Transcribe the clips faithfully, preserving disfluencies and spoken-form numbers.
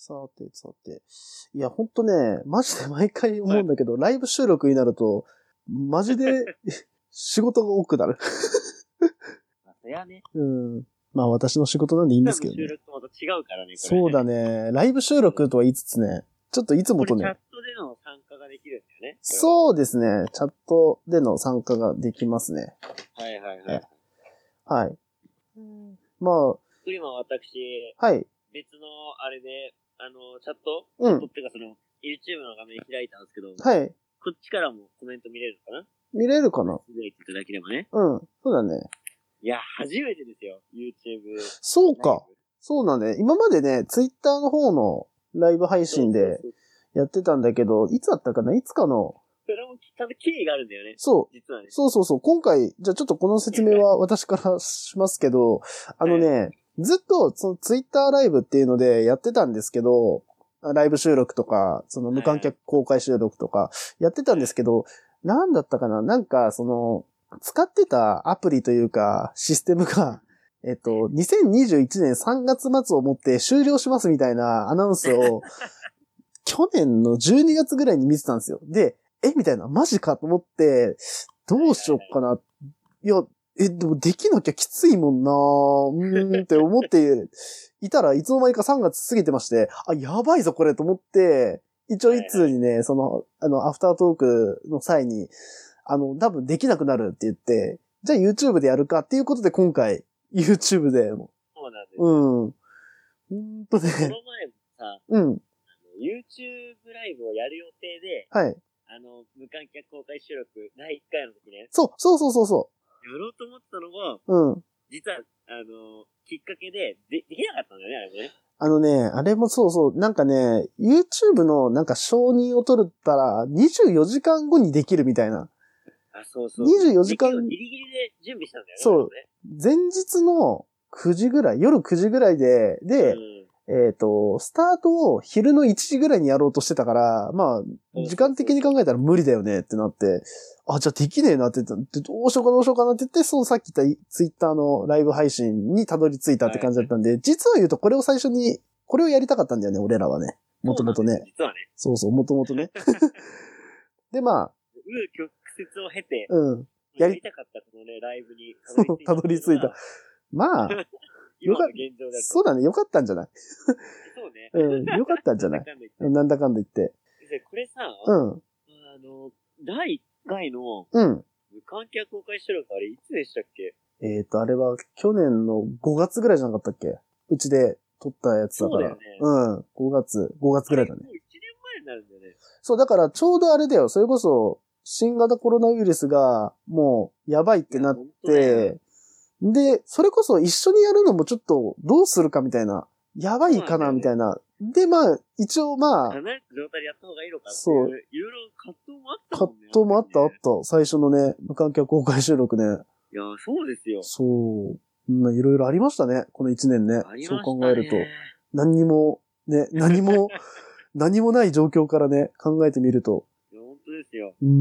さてさて。いや、ほんとね、マジで毎回思うんだけど、はい、ライブ収録になると、マジで仕事が多くなる。 まあ、そりゃね。 うん。まあ私の仕事なんでいいんですけどね。 収録とまた違うからね、これ。 そうだね。ライブ収録とは言いつつね、ちょっといつもとね。 チャットでの参加ができるんだよね。 そうですね。チャットでの参加ができますね。 はいはいはい。 はい。まあ。 今私、 はい。 別のあれで、あの、チャットうん。 チャットっていうかその、YouTube の画面開いたんですけど。 はい。 こっちからもコメント見れるのかな？ 見れるかな？ 見ていただければね。 うん。そうだね。 いや、初めてですよ。YouTube。 そうか。そうだね。今までね、Twitter の方のライブ配信でやってたんだけど、いつだったかないつかの。 それも多分経緯があるんだよね。 そう。 実はね。 そうそうそう。今回、じゃあちょっとこの説明は私からしますけど、あのね、ずっとそのTwitter ライブっていうのでやってたんですけど、ライブ収録とか、その無観客公開収録とかやってたんですけど、なんだったかななんかその、使ってたアプリというかシステムが、えっと、にせんにじゅういちねんさんがつ末をもって終了しますみたいなアナウンスを去年のじゅうにがつぐらいに見てたんですよ。で、えみたいな、マジかと思って、どうしよっかな。いや、え、でもできなきゃきついもんなーうーんって思っていたらいつの間にかさんがつ過ぎてまして、あ、やばいぞこれと思って、一応一通にね、その、あの、アフタートークの際に、あの、多分できなくなるって言って、じゃあ YouTube でやるかっていうことで今回、YouTube で。 そうなんです。 うん。ほんとね。 この前もさ、 うん。 YouTube ライブをやる予定で、 はい。 あの、無観客公開収録だいいっかいの時ね。 そう、そうそうそうそう。 やろうと思ってたのが、 うん。 実は、あの、きっかけで、で、できなかったんだよね、あれもね。 あのね、あれもそうそう、なんかね、YouTube のなんか承認を取ったら、にじゅうよじかんごにできるみたいな。 あ、そうそう。 にじゅうよじかん。 ギリギリで準備したんだよね。 そう。前日のくじぐらい、夜くじぐらいで、で、うん、えっと、スタートを昼のいちじぐらいにやろうとしてたから、まあ、時間的に考えたら無理だよねってなって、あ、じゃあできねえなって言った。どうしようかどうしようかなって言って、そのさっき言ったツイッターのライブ配信にたどり着いたって感じだったんで、はい、実は言うとこれを最初に、これをやりたかったんだよね、俺らはね。もともとね。 実はね。 そうそう、もともとね。で、まあ。 う曲折を経て、 うん。 やりたかったこのね、ライブにたどり着いた。まあ。 よかった。 そうだね、よかったんじゃないそうね。 うん、よかったんじゃないなんだかんだ言って。 これさ、 うん。 あの、だいいっかいの、 うん。 無観客公開収録あれいつでしたっけ？ えっと、あれは去年のごがつぐらいじゃなかったっけ？うちで撮ったやつだから。そうだよね。うん。ごがつ、ごがつぐらいだね。 もういちねんまえになるんだよね。 そう、だからちょうどあれだよ。それこそ、新型コロナウイルスがもうやばいってなって、で、それこそ一緒にやるのもちょっとどうするかみたいな。やばいかなみたいな。で、まあ、一応まあ。 離れた状態でやった方がいいのかっていう。 そう。 いろいろ葛藤もあったもんね。 葛藤もあったあった。最初のね、無観客公開収録ね。 いや、そうですよ。 そう。いろいろありましたね。この一年ね。 ありましたね。 そう考えると。何にも、ね、何も、何もない状況からね、考えてみると。 いや、本当ですよ。 うん。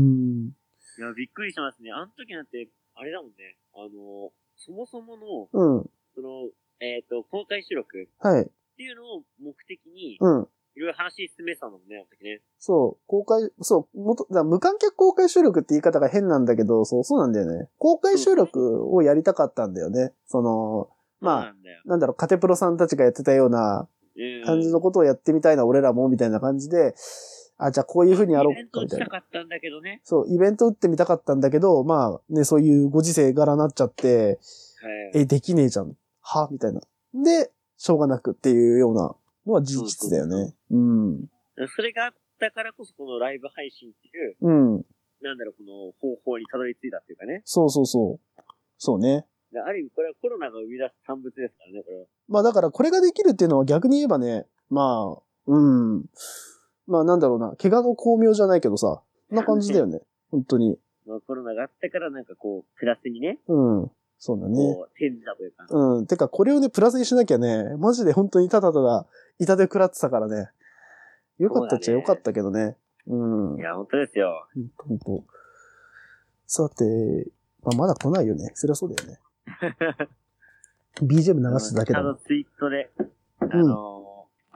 いや、びっくりしますね。あの時なんて、あれだもんね。あの、そもそもの、 うん。 その、えっと、公開収録。 はい。 っていうのを目的に、 うん。 いろいろ話進めてたもんね、あの時ね。 そう。公開、そう、もと、無観客公開収録って言い方が変なんだけど、そう、そうなんだよね。公開収録をやりたかったんだよね。その、まあ、なんだ, なんだろう、カテプロさんたちがやってたような感じのことをやってみたいな、俺らも、みたいな感じで、あ、じゃあこういう風にやろうかみたいな。イベント打ちたかったんだけどね。そう、イベント打ってみたかったんだけど、まあね、そういうご時世柄になっちゃって、はい、え、できねえじゃん。はみたいな。で、しょうがなくっていうようなのは事実だよね。そうそうそう。うん。 それがあったからこそ、このライブ配信っていう、 うん。 なんだろう、この方法にたどり着いたっていうかね。 そうそうそう。そうね。 ある意味、これはコロナが生み出す産物ですからね、これは。 まあだからこれができるっていうのは逆に言えばね、まあ、うん。まあなんだろうな、怪我の巧妙じゃないけどさ、そんな感じだよね。本当に。 まあコロナがあったからなんかこう、プラスにね。 うん。そうだね。 こう、転じたというか。 うん。てかこれをね、プラスにしなきゃね、マジで本当にただただ痛手食らってたからね。よかったっちゃよかったけどね。う, ねうん。 いや、本当ですよ。 本当。さて、まあまだ来ないよね。そりゃそうだよね。ビージーエム 流すだけだもん。 ちゃんとツイートで、あのー、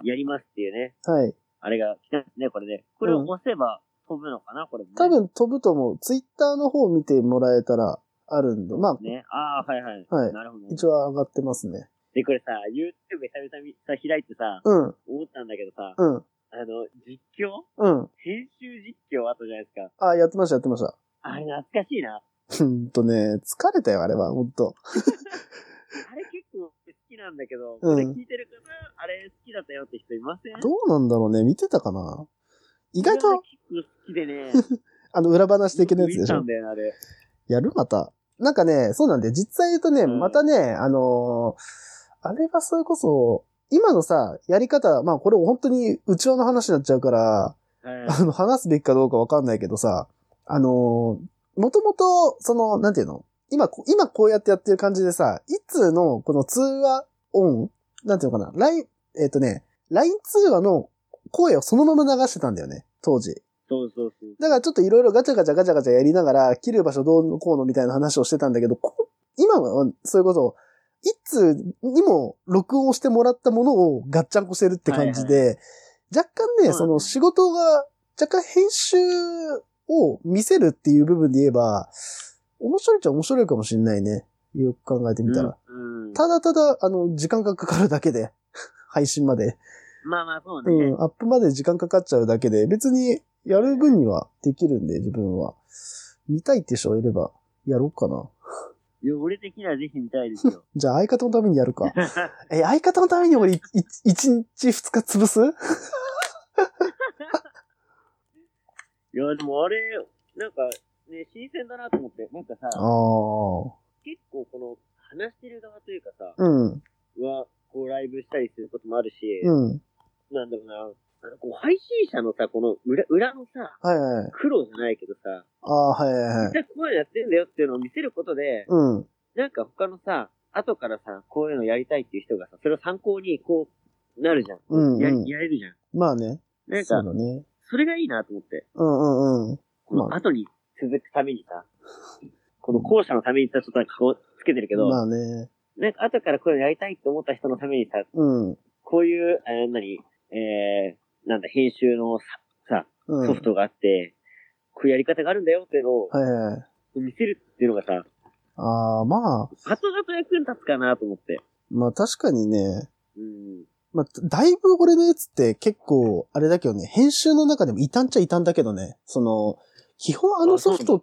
やりますっていうね。 はい。 あれが来たんですね、これで。これを押せば飛ぶのかな、これも、ね。 多分飛ぶと思う。ツイッターの方を見てもらえたらあるんで。まあ。 ね。ああ、はいはい。 はい。 なるほど、ね。 一応上がってますね。 で、これさ、YouTube 久々にさ、開いてさ、 うん。 思ったんだけどさ、 うん。 あの、実況うん。 編集実況あったじゃないですか。 ああ、やってました、やってました。 あれ懐かしいな。 ほんとね、疲れたよ、あれは、ほんと。 あれ結構好きなんだけど、 うん、 これ聞いてる方、あれ好きだったよって人いません？ どうなんだろうね、見てたかな。意外と。 結構好きでね。 あの、裏話的なやつでしょ。 見たんだよ、あれ。 やるまた。なんかね、そうなんで、実際言うとね、うん、またね、あのー、あれはそれこそ、今のさ、やり方、まあこれ本当に内輪の話になっちゃうから、うん、あの、話すべきかどうかわかんないけどさ、あのー、もともと、その、なんていうの今、今こうやってやってる感じでさ、いつのこの通話音なんていうのかな ?ライン、えっとね、ライン 通話の声をそのまま流してたんだよね、当時。 そうそうそう。 だからちょっといろいろガチャガチャガチャガチャやりながら、切る場所どうのこうのみたいな話をしてたんだけど、今はそういうこと、いつにも録音してもらったものをガッチャンコしてるって感じで、はいはい、若干ね、その仕事が、若干編集を見せるっていう部分で言えば、面白いっちゃ面白いかもしれないね。よく考えてみたら。うんうん、ただただ、あの、時間がかかるだけで、配信まで。 まあまあそうね。 うん、アップまで時間かかっちゃうだけで、別にやる分にはできるんで、自分は。見たいって人がいれば、やろうかな。 いや、俺的にはぜひ見たいですよ。 じゃあ相方のためにやるか。え、相方のために俺、い、い、一日二日潰す？ いや、でもあれ、なんか、ね、新鮮だなと思って、なんかさ、あ結構この、話してる側というかさ、うん。は、こうライブしたりすることもあるし、うん。なんだろうな、こう配信者のさ、この裏、裏のさ、はいはい。苦労じゃないけどさ、 ああ、はいはいはい。 実際こういうのやってんだよっていうのを見せることで、うん。なんか他のさ、後からさ、こういうのやりたいっていう人がさ、それを参考にこう、なるじゃん。うん、うん。や、やれるじゃん。 まあね。 なんか、 そうだね。 それがいいなと思って。 うんうんうん。 この後に続くためにさ、この後者のためにさ、ちょっとなんかこうつけてるけど、まあね。なんか後からこういうのやりたいって思った人のためにさ、うん。こういう、えー、何、えー、なんだ、編集のさ、さソフトがあって、うん、こういうやり方があるんだよっていうのを、はいはい。見せるっていうのがさ、 ああ、まあ。 後々役に立つかなと思って。 まあ確かにね。うん。まあ、だいぶ俺のやつって結構、あれだけどね、編集の中でも異端っちゃ異端だけどね、その、基本あのソフトって、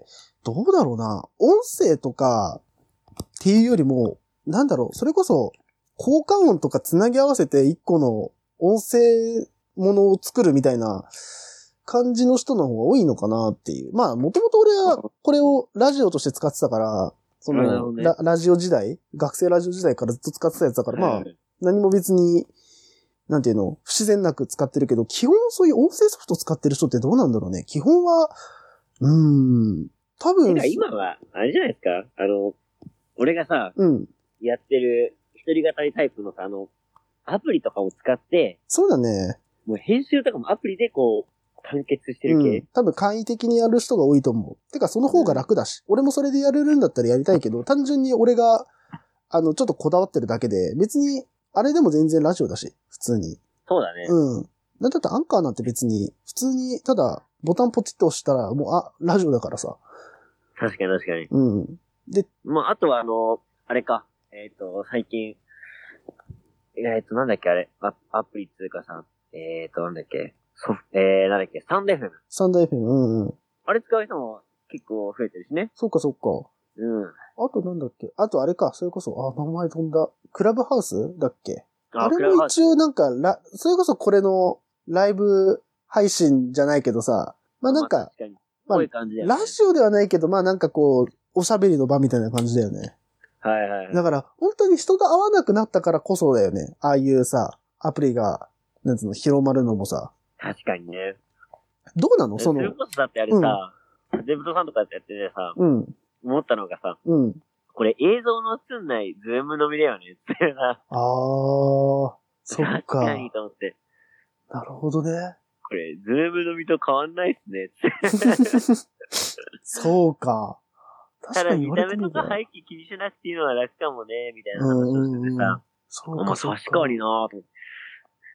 どうだろうな、音声とかっていうよりも、なんだろう、それこそ、効果音とかつなぎ合わせて一個の音声ものを作るみたいな感じの人の方が多いのかなっていう。まあ、もともと俺はこれをラジオとして使ってたから、その、ね、ラ, ラジオ時代、学生ラジオ時代からずっと使ってたやつだから、まあ、何も別に、なんていうの、不自然なく使ってるけど、基本そういう音声ソフト使ってる人ってどうなんだろうね。基本は、うーん、多分。 今は、あれじゃないですか、あの、俺がさ、うん、やってる一人語りタイプのさ、あの、アプリとかを使って、 そうだね。 もう編集とかもアプリでこう、完結してる系、うん、 多分簡易的にやる人が多いと思う。てかその方が楽だし、うん、俺もそれでやれるんだったらやりたいけど、単純に俺が、あの、ちょっとこだわってるだけで、別に、あれでも全然ラジオだし、普通に。 そうだね。 うん。なんだってアンカーなんて別に、普通に、ただ、ボタンポチッと押したら、もう、あ、ラジオだからさ。 確かに確かに。 うん。で、 まあ、あとはあの、あれか、えっ、ー、と、最近、えっ、ー、と、なんだっけあれ、ア, アプリっていうかさ、えっ、ー、と、なんだっけ、ソフ、えー、なんだっけ、サンド エフエム。 サンド エフエム、うんうん。 あれ使う人も結構増えてるしね。 そっかそっか。うん。あとなんだっけ、あとあれか、それこそ、あ、名前飛んだ。クラブハウスだっけ。あ, あれも一応なんか、ラ、それこそこれのライブ配信じゃないけどさ、まあなんか、まあ、確かにまあ、こういう感じだよね。 ラジオではないけど、まあなんかこう、おしゃべりの場みたいな感じだよね。 はいはい、はい。 だから、本当に人と会わなくなったからこそだよね。ああいうさ、アプリが、なんつうの、広まるのもさ。 確かにね。 どうなのその。 それこそだってあれさ、うん、デブトさんとかやっててさ、うん。思ったのがさ、うん。これ映像の映んないズーム飲みだよねってな。ああ、そっか。 確かにと思って。 なるほどね。 これ、ズーム飲みと変わんないっすねって。 そうか。 ただ見た目とか背景気にしなくていいのは楽かもね、みたいな話をしててさ。そうか、そうか。確かになぁと思って。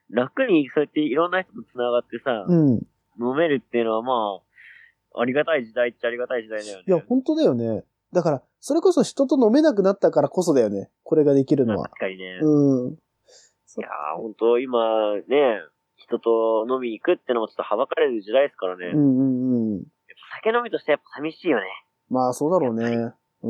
楽にそうやっていろんな人と繋がってさ、うん、飲めるっていうのはまあ、ありがたい時代っちゃありがたい時代だよね。 いや、本当だよね。だから、それこそ人と飲めなくなったからこそだよね。これができるのは。 確かにね。 うん。いやー、本当今ね、人と飲みに行くってのもちょっとはばかれる時代ですからね。 うんうんうん。 酒飲みとしてやっぱ寂しいよね。 まあそうだろうね。うん。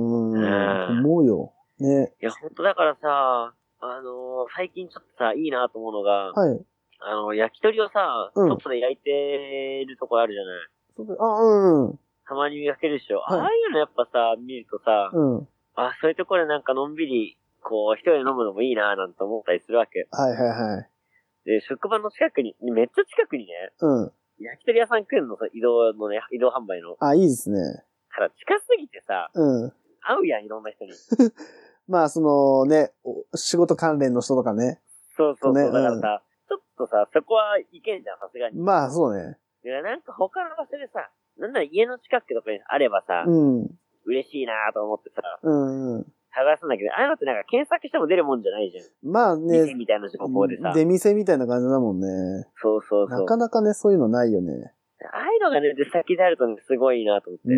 思うよ。ね。 いや、本当だからさ、あのー、最近ちょっとさ、いいなと思うのが、はい。あの、焼き鳥をさ、うん、外で焼いてるとこあるじゃない。 そうあ、うんうん。 たまに焼けるでしょ。はい、ああいうのやっぱさ、見るとさ、うん。あ、そういうところでなんかのんびり、こう、一人で飲むのもいいななんて思ったりするわけ。 はいはいはい。 で、職場の近くに、めっちゃ近くにね、うん。焼き鳥屋さん来るのさ、移動のね、移動販売の。 あ、いいですね。 ただ近すぎてさ、うん。会うやん、いろんな人に。 まあ、そのね、仕事関連の人とかね。 そうそうそう、ね、だからさ、うん、ちょっとさ、そこはいけんじゃん、さすがに。 まあ、そうね。 いや、なんか他の場所でさ、なんなら家の近くとかにあればさ、うん。嬉しいなと思ってさ、うんうん。探すんだけど、ああいうのってなんか検索しても出るもんじゃないじゃん。まあね。店みたいな情報でさ。 出店みたいな感じだもんね。 そうそうそう。 なかなかね、そういうのないよね。 ああいうのがね、出先であるとね、すごいなと思って。 うん。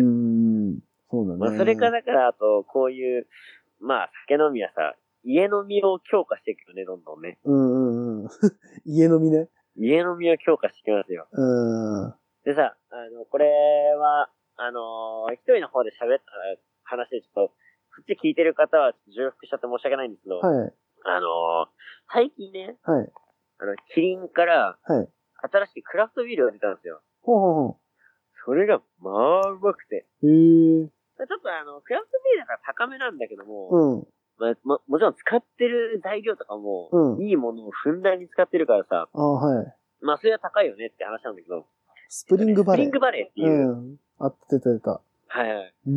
そうだね。 まあ、それかだから、あと、こういう、まあ、酒飲みはさ、家飲みを強化していくよね、どんどんね。 うんうんうん。家飲みね。 家飲みを強化していきますよ。 うん。 でさ、あの、これは、あのー、一人の方で喋った話でちょっと、こっち聞いてる方は重複しちゃって申し訳ないんですけど、はい。あのー、最近ね、はい。あの、キリンから、はい。新しいクラフトビールが出たんですよ。 ほうほうほう。 それが、まあ、うまくて。 へー。 ちょっとあの、クラフトビールだから高めなんだけども、うん。まあ、も、もちろん使ってる材料とかも、うん。いいものをふんだんに使ってるからさ、 ああ、はい。 まあ、それは高いよねって話なんだけど、 スプリングバレー。 スプリングバレーっていう。 うん。あってた出た。 はいはい。うん。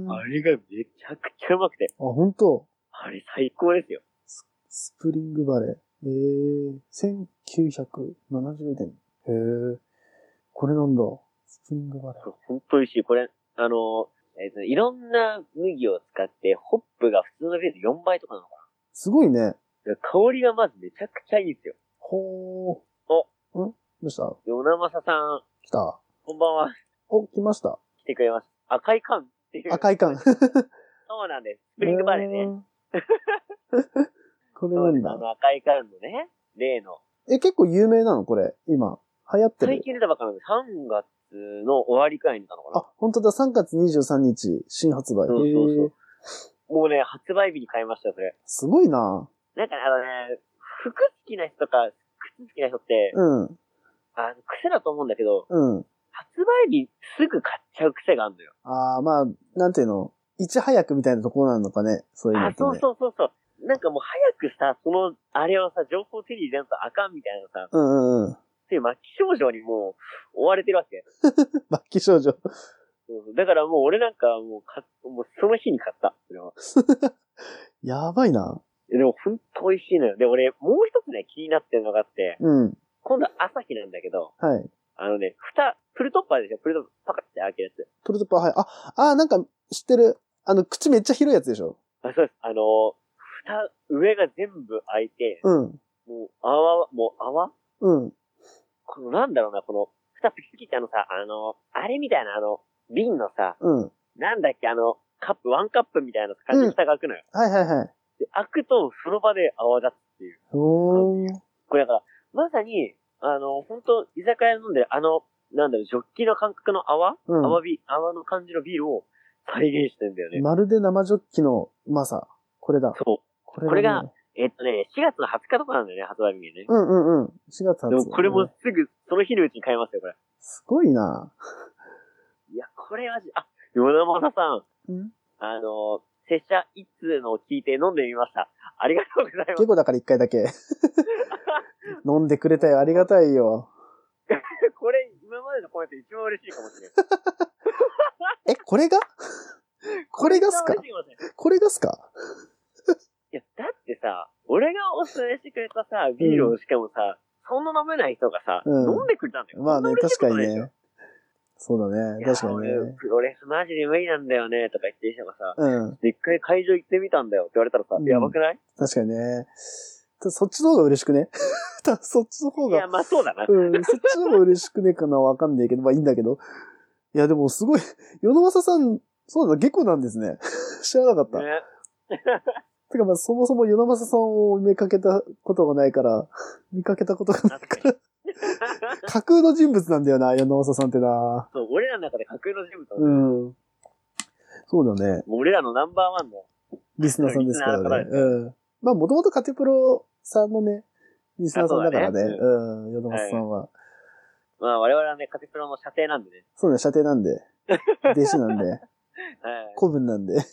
あれがめちゃくちゃうまくて。 あ、本当。 あれ最高ですよ。 ス, スプリングバレー。えー、せんきゅうひゃくななじゅうねん。へえ。これなんだ。スプリングバレー。 ほんと美味しい。これ、あの、えっと、いろんな麦を使って、ホップが普通のビールよんばいとかなのかな。 すごいね。 香りがまずめちゃくちゃいいんですよ。 ほー。お、んどうした？ ヨナマサさん。 来た。 こんばんは。 お、来ました。 来てくれました。赤い缶っていう。 赤い缶。 そうなんです。スプリングバレーね。 これなんだ。 あの赤い缶のね、例の。 え、結構有名なのこれ、今。流行ってる。 最近出たばっかなんで、さんがつの終わりくらいに出たのかな。 あ、本当だ、さんがつにじゅうさんにち、新発売。 そうそうそう。もうね、発売日に買いましたよ、それ。 すごいな。 なんかね、あのね、服好きな人とか、靴好きな人って、うん。あの、癖だと思うんだけど、うん。発売日すぐ買っちゃう癖があるのよ。 ああ、まあ、なんていうの、いち早くみたいなところなのかね、そういうのって、ね。 あ、そうそうそうそう。なんかもう早くさ、その、あれをさ、情報手に入れんとあかんみたいなさ。うんうんうん。っていう末期症状にもう追われてるわけ。 末期症状。 だからもう俺なんかもうか、もうその日に買った。それは。 やばいな。 でもほんと美味しいのよ。で、俺もう一つね、気になってるのがあって。うん。今度は朝日なんだけど。はい。あのね、蓋、プルトッパーですよ。プルトッパーパカって開けるやつ。 プルトッパー、はい。あ、あ、なんか知ってる。あの、口めっちゃ広いやつでしょ。 あ、そうです。あの、蓋、上が全部開いて。うん。もう、泡、もう泡うん。このなんだろうな、この、蓋ピキピキってあのさ、あの、あれみたいなあの、瓶のさ、うん。なんだっけ、あの、カップ、ワンカップみたいな感じで蓋が開くのよ。うん、はいはいはい。で、開くと、その場で泡立つっていう。おー。これだから、まさに、あの、本当居酒屋で飲んでるあの、なんだろう、ジョッキの感覚の泡、うん、泡ビ、泡の感じのビールを再現してんだよね。 まるで生ジョッキのうまさ。これだ。 そう。これ、ね、これが、えっとね、しがつのはつかとかなんだよね、発売日ね。 うんうんうん。しがつはつか。 でもこれもすぐ、その日のうちに買いますよ、これ。 すごいな。 いや、これは、あ、ヨナマサさん。んあの、拙者一通のを聞いて飲んでみました。ありがとうございます。 結構だから一回だけ。飲んでくれたよ、ありがたいよ。 これ、今までのコメント一番嬉しいかもしれない。 え、これがこれがっすかこれがっすかいや、だってさ、俺がおすすめしてくれたさ、ビールをしかもさ、うん、そんな飲めない人がさ、うん、飲んでくれたんだよ。 まあね、確かにね。そうだね、確かにね。 プロレスマジで無理なんだよね、とか言ってる人がさ、うん。一回会場行ってみたんだよって言われたらさ、うん、やばくない？ 確かにね。 そっちの方が嬉しくねそっちの方が。 いや、まあそうだな。 うん、そっちの方が嬉しくねえかなわかんねえけど、まあいいんだけど。いや、でもすごい、与野正さん、そうだ、下戸なんですね。知らなかった。ね、てかまあそもそも与野正さんを見かけたことがないから、見かけたことがないから。架空の人物なんだよな、与野正さんってな。 そう、俺らの中で架空の人物なんだよ。うん。 そうだね。 もう俺らのナンバーワンの。 リスナーさんですからね。うん。まあもともとカテプロさんのね、リスナーさんだからね。ねうん、与野正さんは。はい、 まあ我々はね、カテプロの射程なんでね。 そうね、射程なんで。弟子なんで。はい。古文なんで。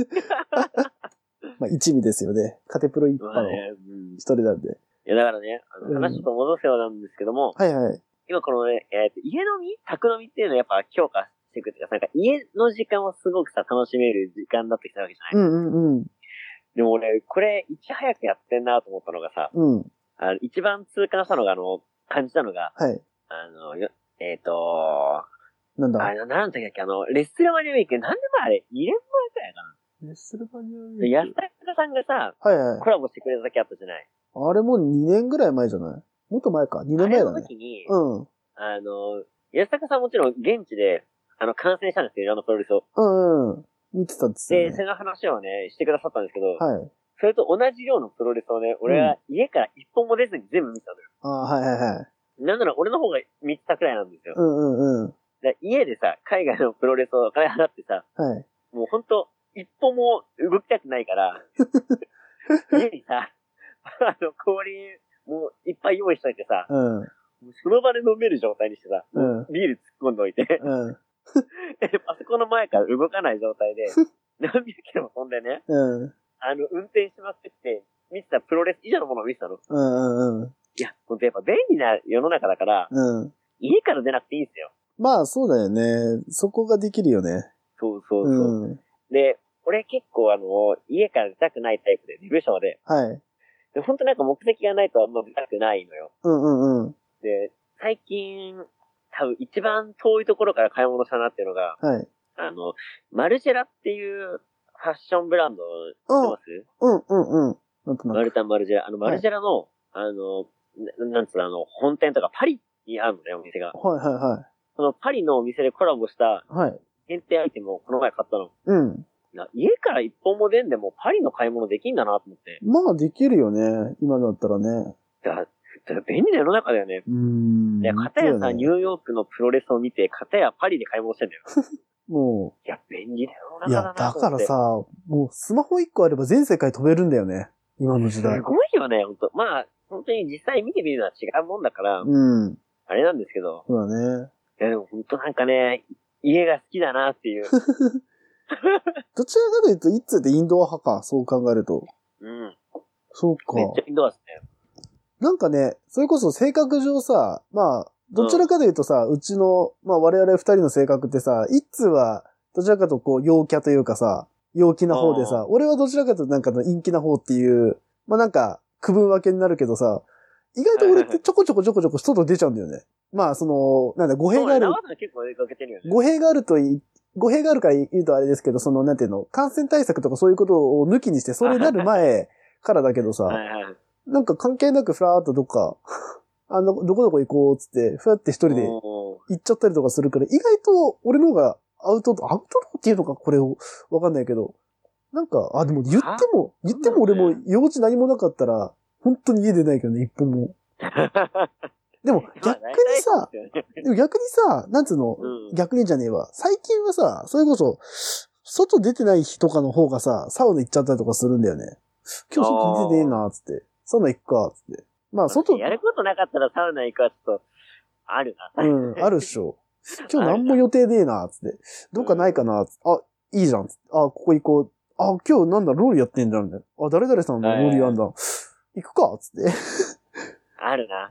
まあ一味ですよね。カテプロ一派の一人なんで。 いやだからね、あの話ちょっと戻せよなんですけども。 うん、はいはい。 今このね、えっと、家飲み宅飲みっていうのをやっぱ強化していくっていうか、なんか家の時間をすごくさ、楽しめる時間になってきたわけじゃない？ うんうんうん。 でも俺、これ、いち早くやってんなと思ったのがさ、うん。あの、一番痛感したのが、あの、感じたのが、はい。あの、えっ、ー、となんだあの、なんだっけ、あの、レッスルマニアウィーク、なんでもあれ、にねんまえくらいかな。 レッスルマニアウィーク安田さんがさ、はいはい。コラボしてくれた時あったじゃない。 あれもうにねんぐらい前じゃない？もっと前か。にねんまえだね。 あれの時に、うん。あの、安高さんもちろん現地で、あの、観戦したんですよ、いろんなプロレスを。 うんうん。見てたんですよね。 で、その話をね、してくださったんですけど、はい。それと同じ量のプロレスをね、俺は家から一本も出ずに全部見てたのよ。 ああ、はいはいはい。 なんなら俺の方が見てたくらいなんですよ。 うんうんうん。 で家でさ、海外のプロレスをお金払ってさ、はい。もうほんと、一歩も動きたくないから、家にさ、あの、氷、もういっぱい用意しといてさ、うん。その場で飲める状態にしてさ、うん、ビール突っ込んどいて、うん、パソコンの前から動かない状態で、何百キロも飛んでね、うん、あの、運転しまくって、見てたプロレス以上のものを見てたの。うんうんうん。いや、ほんとやっぱ便利な世の中だから、うん、家から出なくていいんですよ。 まあそうだよね。そこができるよね。 そうそうそう。うん、で、俺結構あの、家から出たくないタイプで、デブ症で。はい。で、ほんとなんか目的がないとあんま出たくないのよ。うんうんうん。で、最近、多分一番遠いところから買い物したなっていうのが、はい。あの、マルジェラっていうファッションブランド、知ってます？ うんうんうん。なんとなくマルタンマルジェラ。あの、マルジェラの、はい、あの、な, なんつうの、あの、本店とかパリにあるのね、お店が。 はいはいはい。 そのパリのお店でコラボした、はい。限定アイテムをこの前買ったの。うん。家から一本も出んでもパリの買い物できんだなと思って。 まあできるよね。今だったらね。 だ便利な世の中だよね。うーん。いや、片やさ、ね、ニューヨークのプロレスを見て、片やパリで買い物してんだよ。もう。いや、便利な世の中だな。いや、 だからさ、もうスマホ一個あれば全世界飛べるんだよね。今の時代。 すごいよね、ほんと。まあ、本当に実際見てみるのは違うもんだから、うん。あれなんですけど。 そうだね。 いや、でもほんとなんかね、家が好きだなっていう。 どちらかというと、いつってインドア派か、そう考えると。うん。そうか。 めっちゃインドアですね。 なんかね、それこそ性格上さ、まあ、どちらかというとさ、うん、うちの、まあ我々二人の性格ってさ、いつは、どちらかとこう、陽キャというかさ、陽気な方でさ、俺はどちらかというとなんかの陰気な方っていう、まあなんか、区分分けになるけどさ、意外と俺ってちょこちょこちょこちょこ外出ちゃうんだよね。まあその、なんだ、語弊がある。 結構出かけてるよね。 語弊があると言語弊があるから言うとあれですけど、その、なんていうの、感染対策とかそういうことを抜きにして、それになる前からだけどさ、はいはい、なんか関係なくふらーっとどっか、あの、どこどこ行こうっつって、ふわって一人で行っちゃったりとかするから、意外と俺の方がアウトドア、アウトドアっていうのかこれを、わかんないけど、なんか、あ、でも言っても、言っても俺も用事何もなかったら、本当に家出ないけどね、一本も。でも逆にさ、でも逆にさ、なんつうの、うん、逆にじゃねえわ。最近はさ、それこそ、外出てない日とかの方がさ、サウナ行っちゃったりとかするんだよね。今日外出てねえな、つって。サウナ行くか、つって。まあ外。 やることなかったらサウナ行くはちょっと、あるな。 うん、あるっしょ。今日何も予定ねえな、つって。どっかないかな、つって。あ、いいじゃん、つって。あ、ここ行こう。あ、今日なんだ、ロールやってんじゃん、みたいな。あ、誰々さんのロールやんだ。行くか、つって。 あるな。 うん。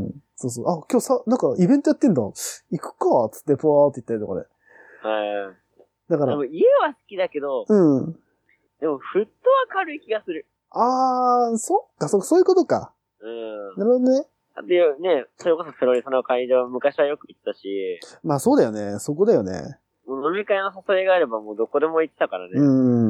そうそう。あ、今日さ、なんかイベントやってんだ。行くかつって、ぽわーって言ったりとかで。はい。 だから。でも家は好きだけど、うん。でもフットは軽い気がする。 あー、そっか、そ、そういうことか。うん。なるほどね。 で、ね、それこそプロレスの会場、昔はよく行ったし。 まあそうだよね。そこだよね。 飲み会の誘いがあればもうどこでも行ってたからね。 うん。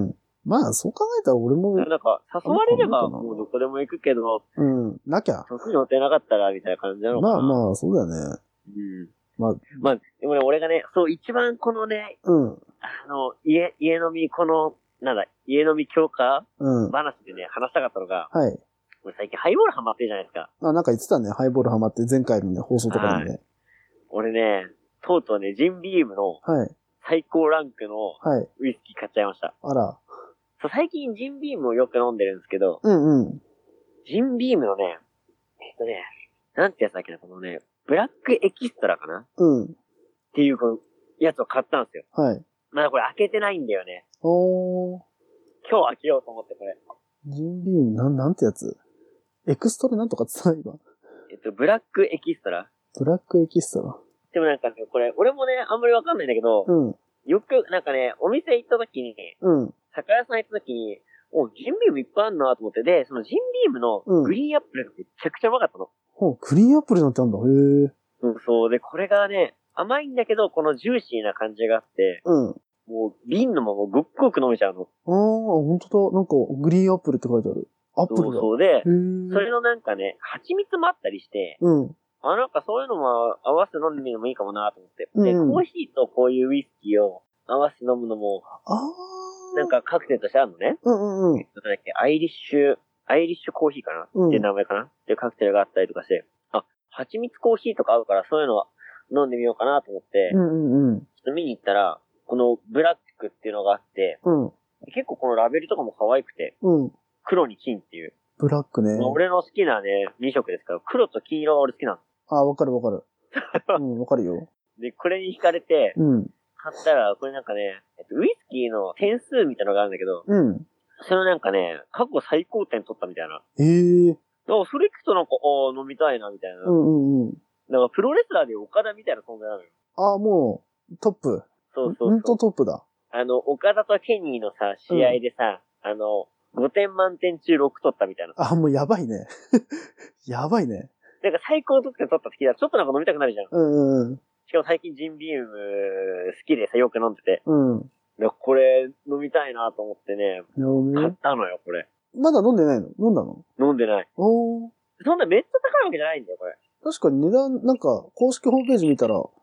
まあ、そう考えたら俺も。 なんか、誘われればもうどこでも行くけど。 うん。なきゃ。 特に予定なかったら、みたいな感じなのかな。 まあまあ、そうだね。 うん。 まあ、 まあ、でもね、俺がね、そう、一番このね、 うん。 あの、家、家飲み、この、なんだ、家飲み強化うん。話でね、話したかったのが。はい。俺最近ハイボールハマってるじゃないですか。 あ、なんか言ってたね。ハイボールハマって前回のね、放送とかでね。 俺ね、とうとうね、ジンビームの、はい。最高ランクの、はい。ウイスキー買っちゃいました。あら。そう、最近ジンビームをよく飲んでるんですけど、うんうん。ジンビームのね、えっとね、なんてやつだっけな、このね、ブラックエキストラかなうん。っていうこのやつを買ったんですよ。はい。まだこれ開けてないんだよね。おー。今日開けようと思ってこれ。 ジンビーム、なん、なんてやつエクストラなんとかって言った今。 えっと、ブラックエキストラブラックエキストラでもなんかね、これ、俺もね、あんまりわかんないんだけど、うん。よく、なんかね、お店行った時に、うん。酒屋さん行った時に、お、ジンビームいっぱいあるなと思って、で、そのジンビームのグリーンアップルがめちゃくちゃうまかったの。 ほ、うん、グリーンアップルなんてあんだ。へえ。 そうそう。で、これがね、甘いんだけど、このジューシーな感じがあって、うん。もう、瓶のままごっごく飲めちゃうの。 ああ、ほんとだ。なんか、グリーンアップルって書いてある。アップルだ。 そうそうで、それのなんかね、蜂蜜もあったりして、うん。あ、なんかそういうのも合わせて飲んでみるのもいいかもなと思って。で、うん、コーヒーとこういうウイスキーを合わせて飲むのも、ああ。なんかカクテルとしてあるのね。うんうんうん。どれだっけ、アイリッシュ、アイリッシュコーヒーかな、うん、っていう名前かなっていうカクテルがあったりとかして、あ、蜂蜜コーヒーとか合うからそういうのは飲んでみようかなと思って、うんうんうん。ちょっと見に行ったら、このブラックっていうのがあって、うん。結構このラベルとかも可愛くて、うん。黒に金っていう。 ブラックね。 まあ、俺の好きなね、に色ですから、黒と金色が俺好きなの。 あ、わかるわかる。うん、わかるよ。 で、これに惹かれて、うん。買ったら、これなんかね、えっと、ウイスキーの点数みたいなのがあるんだけど、うん。それなんかね、過去最高点取ったみたいな。へえ。だからそれ聞くとなんか、ああ、飲みたいな、みたいな。うんうんうん。だからプロレスラーで岡田みたいな存在なのよ。 ああ、もう、トップ。そうそうそう。ほんとトップだ。 あの、岡田とケニーのさ、試合でさ、うん、あの、ごてん満点中ろく取ったみたいな。 あ、もうやばいね。やばいね。 なんか最高得点取った時はちょっとなんか飲みたくなるじゃん。うんうん。しかも最近ジンビーム好きでさ、よく飲んでて。うん。これ飲みたいなと思ってね。買ったのよ、これ。 まだ飲んでないの？飲んだの？ 飲んでない。おー。そんなめっちゃ高いわけじゃないんだよ、これ。 確かに値段、なんか、公式ホームページ見たら、うん。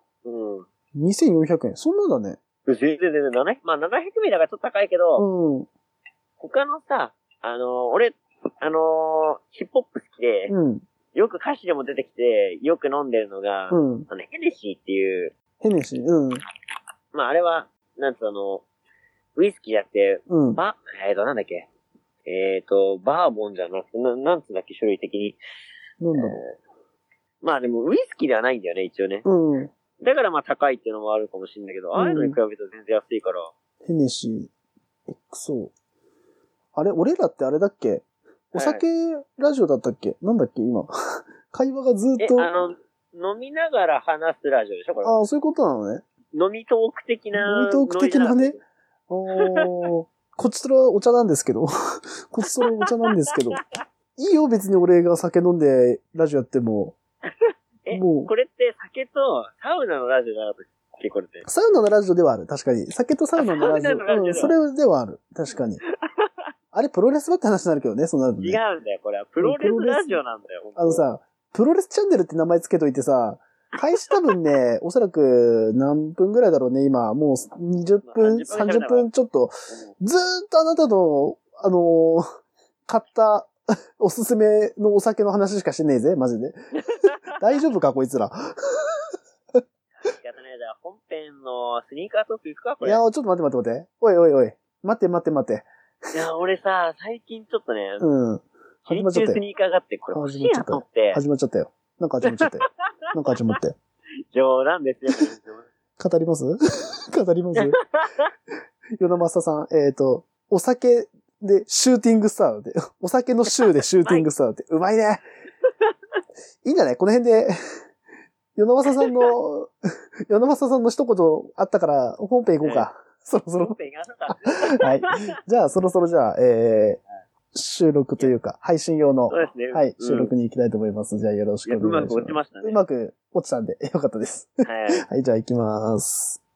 にせんよんひゃくえん。そんなだね。 全然全然、ななひゃく、まあななひゃくミリだからちょっと高いけど、うん。他のさ、あのー、俺、あのー、ヒップホップ好きで、うん。よく歌詞でも出てきて、よく飲んでるのが、うん。あの、ヘネシーっていう。 ヘネシーうん。 まああれは、なんつうの、ウイスキーじゃなくて、うん。バ、えーと、なんだっけ。えーと、バーボンじゃなくて、な、なんつうんだっけ、種類的に。 なんだろう。 えー、まあでも、ウイスキーではないんだよね、一応ね。うん。だからまあ高いっていうのもあるかもしれないけど、うん、ああいうのに比べると全然安いから。 ヘネシー、エックスオー。あれ、俺らってあれだっけ？お酒ラジオだったっけ？なんだっけ今。会話がずっと。 え、あの、飲みながら話すラジオでしょこれ。 ああ、そういうことなのね。 飲みトーク的な。 飲みトーク的なね。おー。こちとらお茶なんですけど。こちとらお茶なんですけど。いいよ、別に俺が酒飲んでラジオやっても。 え、もう。これって酒とサウナのラジオだなと聞いこれて。 サウナのラジオではある。確かに。酒とサウナのラジオ。うん、それではある。確かに。あれ、プロレスばって話になるけどね、そうなるとね。 違うんだよ、これは。プロレスラジオなんだよ。 あのさ、プロレスチャンネルって名前つけといてさ、開始多分ね、おそらく何分ぐらいだろうね、今。もうにじゅっぷん、さんじゅっぷんちょっと、ずーっとあなたの、あのー、買ったおすすめのお酒の話しかしてねえぜ、マジで。大丈夫か、こいつら。 仕方ねえじゃあ、本編のスニーカートーク行くか、これ。 いや、ちょっと待って待って待って。おいおいおい。待って待って待って。 いや、俺さ、最近ちょっとね、うん。始まっちゃったよ。スニーカーがあって、これ欲しいなと思って。 始まっちゃったよ。なんか始まっちゃったよ。なんか始まって。 冗談ですよ。 語ります語ります与那正さん、えっ、ー、と、お酒でシューティングスターで、お酒のシューでシューティングスターって、うまいね。いいんじゃないこの辺で、与那正さんの、与那正さんの一言あったから、本編行こうか。そろそろ。はい。じゃあ、そろそろじゃあ、えー、収録というか、配信用の、そうですね。はい、収録に行きたいと思います。じゃあ、よろしくお願いします。 うまく落ちましたね。 うまく落ちたんで、よかったです。はい。はい、じゃあ行きます。